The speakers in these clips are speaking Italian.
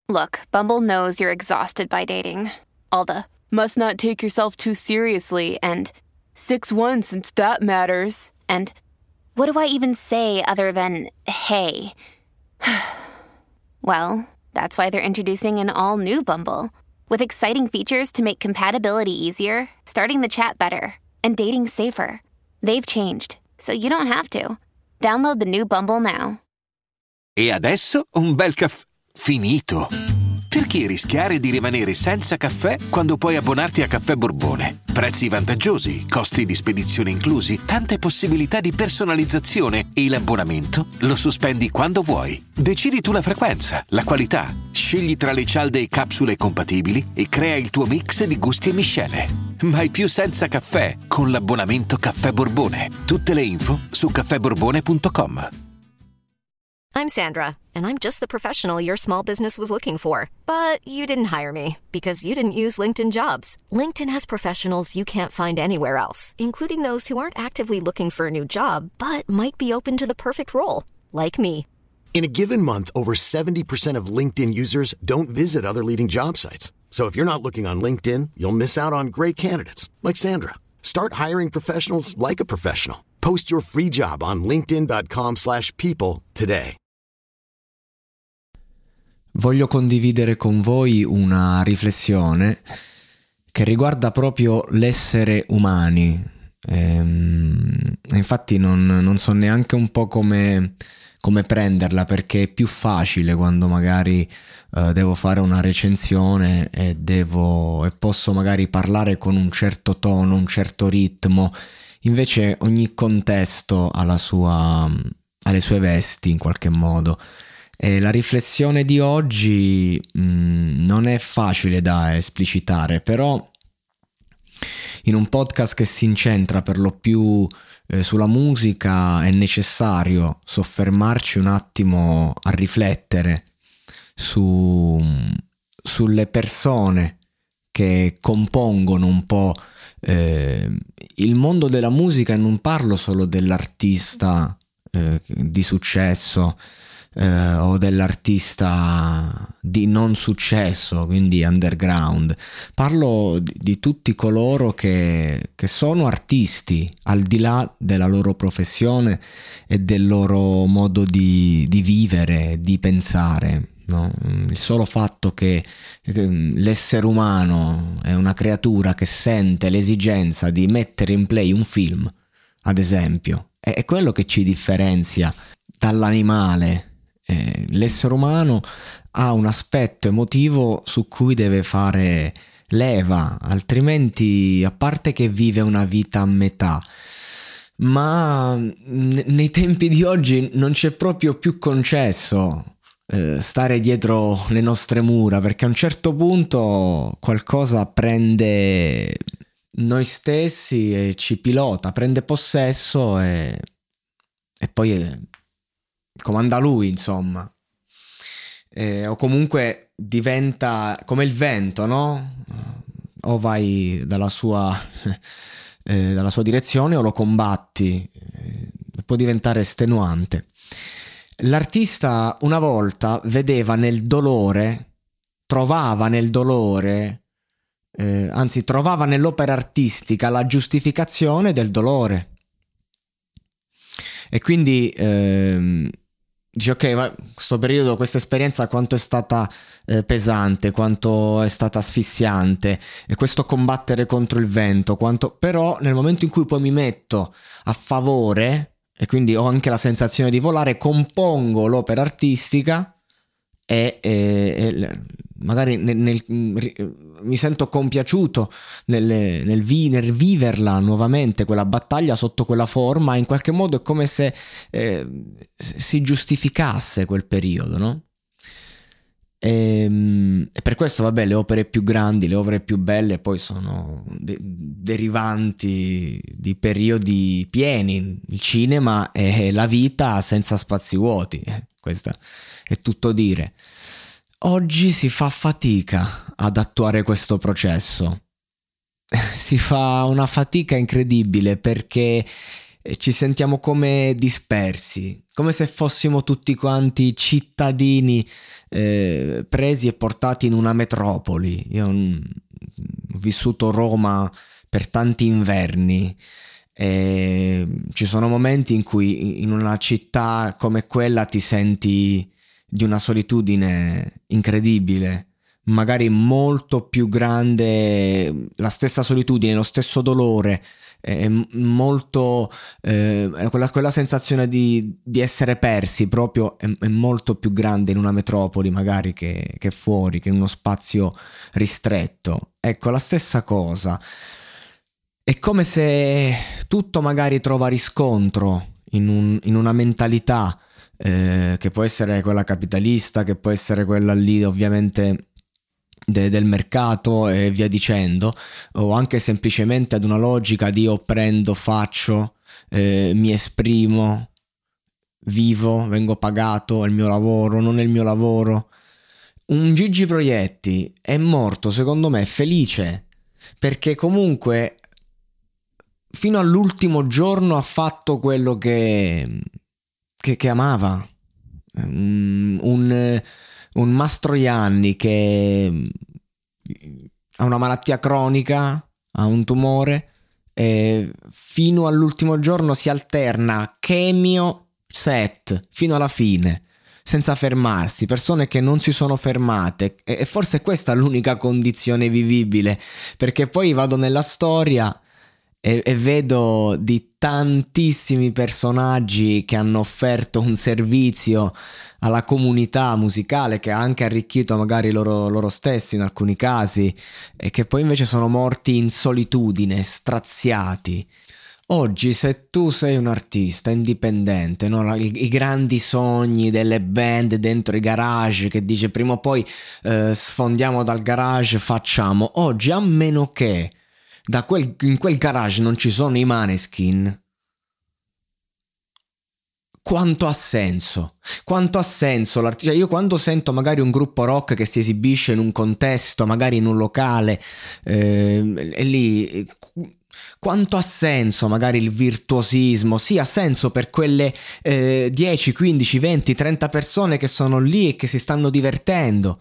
Look, Bumble knows you're exhausted by dating. All the must not take yourself too seriously and 6'1" since that matters. And what do I even say other than hey? Well, that's why they're introducing an all-new Bumble with exciting features to make compatibility easier, starting the chat better, and dating safer. They've changed, so you don't have to. Download the new Bumble now. E adesso un bel caffè finito. Perché rischiare di rimanere senza caffè quando puoi abbonarti a Caffè Borbone? Prezzi vantaggiosi, costi di spedizione inclusi, tante possibilità di personalizzazione e l'abbonamento lo sospendi quando vuoi. Decidi tu la frequenza, la qualità, scegli tra le cialde e capsule compatibili e crea il tuo mix di gusti e miscele. Mai più senza caffè con l'abbonamento Caffè Borbone. Tutte le info su caffèborbone.com. I'm Sandra, and I'm just the professional your small business was looking for. But you didn't hire me because you didn't use LinkedIn Jobs. LinkedIn has professionals you can't find anywhere else, including those who aren't actively looking for a new job, but might be open to the perfect role, like me. In a given month, over 70% of LinkedIn users don't visit other leading job sites. So if you're not looking on LinkedIn, you'll miss out on great candidates like Sandra. Start hiring professionals like a professional. Post your free job on linkedin.com/people today. Voglio condividere con voi una riflessione che riguarda proprio l'essere umani. Infatti non so neanche un po' come prenderla, perché è più facile quando magari devo fare una recensione e posso magari parlare con un certo tono, un certo ritmo. Invece ogni contesto ha le sue vesti in qualche modo. E la riflessione di oggi non è facile da esplicitare, però in un podcast che si incentra per lo più sulla musica è necessario soffermarci un attimo a riflettere sulle persone che compongono un po' il mondo della musica, e non parlo solo dell'artista di successo o dell'artista di non successo, quindi underground. Parlo di tutti coloro che sono artisti al di là della loro professione e del loro modo di vivere, di pensare, no? Il solo fatto che l'essere umano è una creatura che sente l'esigenza di mettere in play un film, ad esempio, è quello che ci differenzia dall'animale. L'essere umano ha un aspetto emotivo su cui deve fare leva, altrimenti, a parte che vive una vita a metà, ma nei tempi di oggi non c'è proprio più concesso stare dietro le nostre mura, perché a un certo punto qualcosa prende noi stessi e ci pilota, prende possesso e poi comanda lui, insomma, o comunque diventa come il vento, no? O vai dalla sua direzione o lo combatti, può diventare estenuante. L'artista una volta trovava nel dolore, trovava nell'opera artistica la giustificazione del dolore. E quindi dici, ok, ma questo periodo, questa esperienza quanto è stata pesante, quanto è stata asfissiante, e questo combattere contro il vento, però nel momento in cui poi mi metto a favore e quindi ho anche la sensazione di volare, compongo l'opera artistica e magari mi sento compiaciuto nel viverla nuovamente, quella battaglia sotto quella forma. In qualche modo è come se si giustificasse quel periodo, no? E per questo, vabbè, le opere più grandi, le opere più belle poi sono derivanti di periodi pieni. Il cinema è la vita senza spazi vuoti, questo è tutto dire. Oggi si fa fatica ad attuare questo processo, si fa una fatica incredibile, perché ci sentiamo come dispersi, come se fossimo tutti quanti cittadini presi e portati in una metropoli. Io ho vissuto Roma per tanti inverni e ci sono momenti in cui in una città come quella ti senti di una solitudine incredibile, magari molto più grande, la stessa solitudine, lo stesso dolore, è molto quella sensazione di essere persi proprio è molto più grande in una metropoli magari che fuori, che in uno spazio ristretto. Ecco, la stessa cosa. È come se tutto magari trova riscontro in una mentalità che può essere quella capitalista, che può essere quella lì ovviamente del mercato e via dicendo, o anche semplicemente ad una logica di io prendo, faccio, mi esprimo, vivo, vengo pagato, è il mio lavoro, non è il mio lavoro. Un Gigi Proietti è morto secondo me felice, perché comunque fino all'ultimo giorno ha fatto quello che amava. Un Mastroianni che ha una malattia cronica, ha un tumore, e fino all'ultimo giorno si alterna chemio set fino alla fine, senza fermarsi. Persone che non si sono fermate, e forse questa è l'unica condizione vivibile, perché poi vado nella storia e vedo di tantissimi personaggi che hanno offerto un servizio alla comunità musicale, che ha anche arricchito magari loro stessi in alcuni casi, e che poi invece sono morti in solitudine, straziati. Oggi se tu sei un artista indipendente, no? I grandi sogni delle band dentro i garage, che dice prima o poi sfondiamo dal garage, facciamo. Oggi, a meno che in quel garage non ci sono i Maneskin, quanto ha senso? Quanto ha senso l'artista? Io quando sento magari un gruppo rock che si esibisce in un contesto, magari in un locale, e lì quanto ha senso magari il virtuosismo? Sì, ha senso per quelle 10, 15, 20, 30 persone che sono lì e che si stanno divertendo.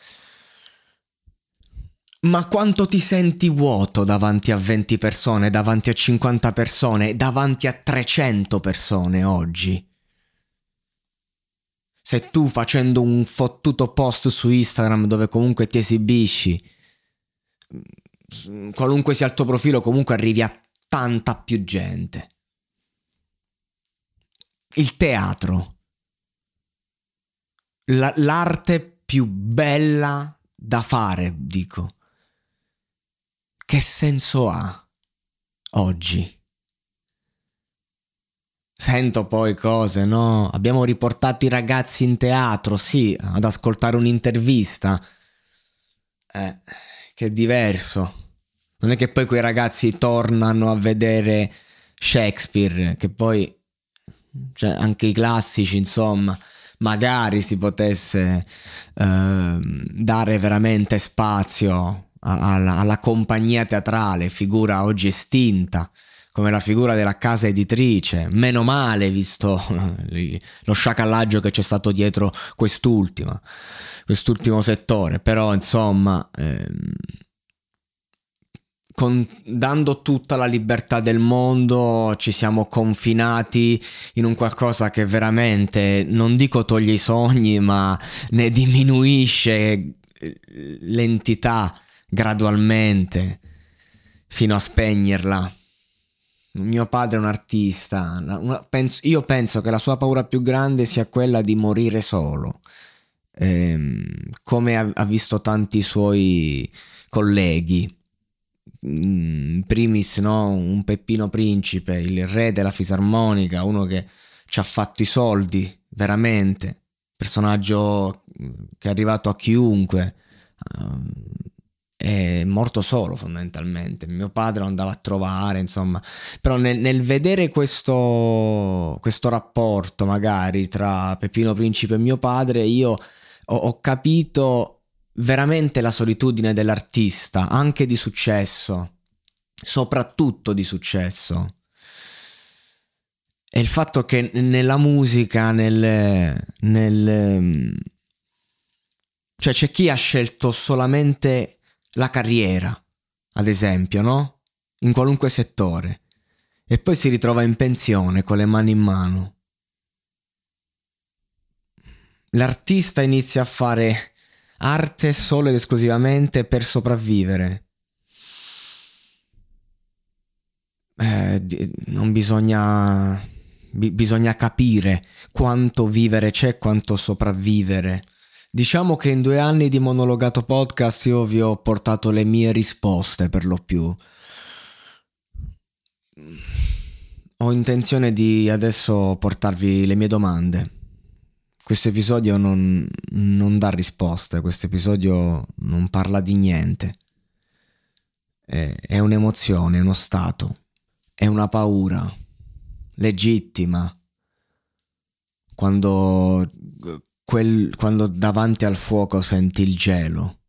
Ma quanto ti senti vuoto davanti a 20 persone, davanti a 50 persone, davanti a 300 persone oggi? Se tu, facendo un fottuto post su Instagram dove comunque ti esibisci, qualunque sia il tuo profilo, comunque arrivi a tanta più gente. Il teatro, l'arte più bella da fare, dico. Che senso ha oggi? Sento poi cose, no? Abbiamo riportato i ragazzi in teatro, sì, ad ascoltare un'intervista. Che è diverso. Non è che poi quei ragazzi tornano a vedere Shakespeare, che poi, cioè, anche i classici, insomma, magari si potesse dare veramente spazio alla compagnia teatrale, figura oggi estinta, come la figura della casa editrice. Meno male, visto lo sciacallaggio che c'è stato dietro quest'ultimo settore. Però insomma, dando tutta la libertà del mondo, ci siamo confinati in un qualcosa che veramente, non dico toglie i sogni, ma ne diminuisce l'entità gradualmente fino a spegnerla. Mio padre è un artista, io penso che la sua paura più grande sia quella di morire solo, come ha visto tanti suoi colleghi, in primis, no? Un Peppino Principe, il re della fisarmonica, uno che ci ha fatto i soldi veramente, personaggio che è arrivato a chiunque, è morto solo fondamentalmente. Mio padre lo andava a trovare, insomma. Però nel vedere questo rapporto magari tra Peppino Principe e mio padre, io ho capito veramente la solitudine dell'artista, anche di successo, soprattutto di successo. è il fatto che nella musica, cioè c'è chi ha scelto solamente la carriera, ad esempio, no? In qualunque settore, e poi si ritrova in pensione con le mani in mano. L'artista inizia a fare arte solo ed esclusivamente per sopravvivere. Non bisogna capire quanto vivere c'è, quanto sopravvivere. Diciamo che in 2 anni di Monologato Podcast io vi ho portato le mie risposte, per lo più. Ho intenzione di adesso portarvi le mie domande. Questo episodio non dà risposte, questo episodio non parla di niente. È un'emozione, è uno stato, è una paura legittima quando davanti al fuoco senti il gelo.